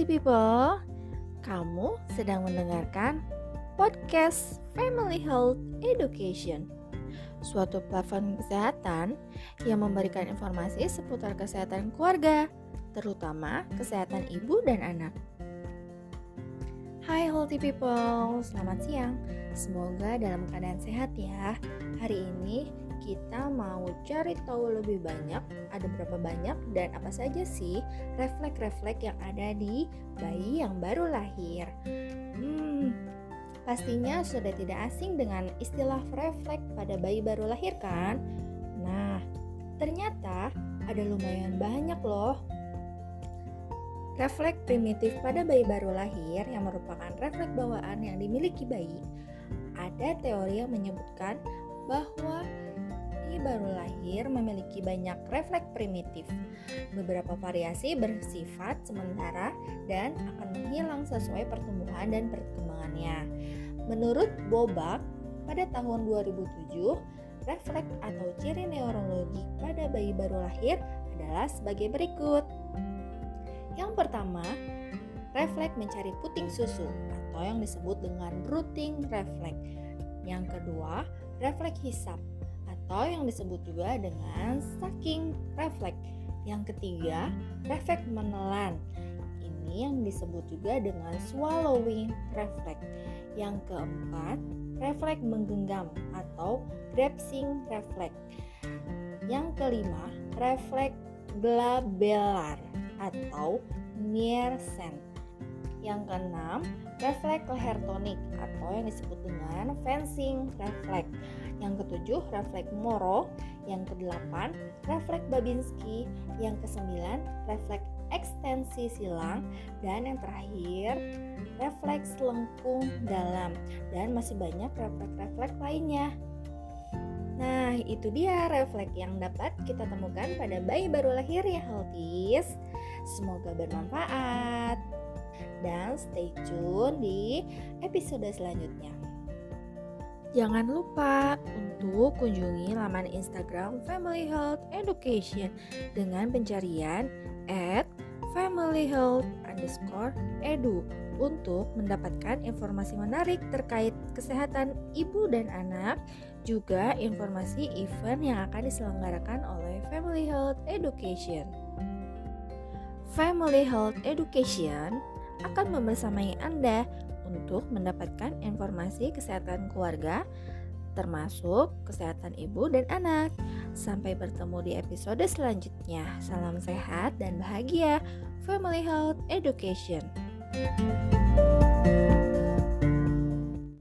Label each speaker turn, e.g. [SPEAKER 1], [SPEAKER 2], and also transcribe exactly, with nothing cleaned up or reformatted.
[SPEAKER 1] healthy people, kamu sedang mendengarkan podcast Family Health Education, suatu platform kesehatan yang memberikan informasi seputar kesehatan keluarga, terutama kesehatan ibu dan anak. Hai healthy people, selamat siang. Semoga dalam keadaan sehat ya. Hari ini kita mau cari tahu lebih banyak, ada berapa banyak dan apa saja sih refleks-refleks yang ada di bayi yang baru lahir. Hmm, pastinya sudah tidak asing dengan istilah refleks pada bayi baru lahir kan? Nah, ternyata ada lumayan banyak loh. Refleks primitif pada bayi baru lahir yang merupakan refleks bawaan yang dimiliki bayi. Ada teori yang menyebutkan bahwa bayi baru lahir memiliki banyak refleks primitif. Beberapa variasi bersifat sementara dan akan menghilang sesuai pertumbuhan dan perkembangannya. Menurut Bobak, pada tahun dua ribu tujuh, refleks atau ciri neurologi pada bayi baru lahir adalah sebagai berikut. Yang pertama, refleks mencari puting susu atau yang disebut dengan rooting refleks. Yang kedua, refleks hisap atau yang disebut juga dengan sucking refleks. Yang ketiga, refleks menelan. Ini yang disebut juga dengan swallowing refleks. Yang keempat, refleks menggenggam atau grasping refleks. Yang kelima, refleks glabellar atau Nielsen. Yang keenam, refleks leher tonik atau yang disebut dengan fencing refleks. Yang ketujuh, refleks Moro. Yang kedelapan, refleks Babinski. Yang kesembilan, refleks ekstensi silang. Dan yang terakhir, refleks lengkung dalam. Dan masih banyak refleks-refleks lainnya. Nah, itu dia refleks yang dapat kita temukan pada bayi baru lahir ya healthies. Semoga bermanfaat. Dan stay tune di episode selanjutnya. Jangan lupa untuk kunjungi laman Instagram Family Health Education dengan pencarian at familyhealth underscore edu untuk mendapatkan informasi menarik terkait kesehatan ibu dan anak, juga informasi event yang akan diselenggarakan oleh Family Health Education. Family Health Education akan membersamai Anda untuk mendapatkan informasi kesehatan keluarga, termasuk kesehatan ibu dan anak. Sampai bertemu di episode selanjutnya. Salam sehat dan bahagia. Family Health Education.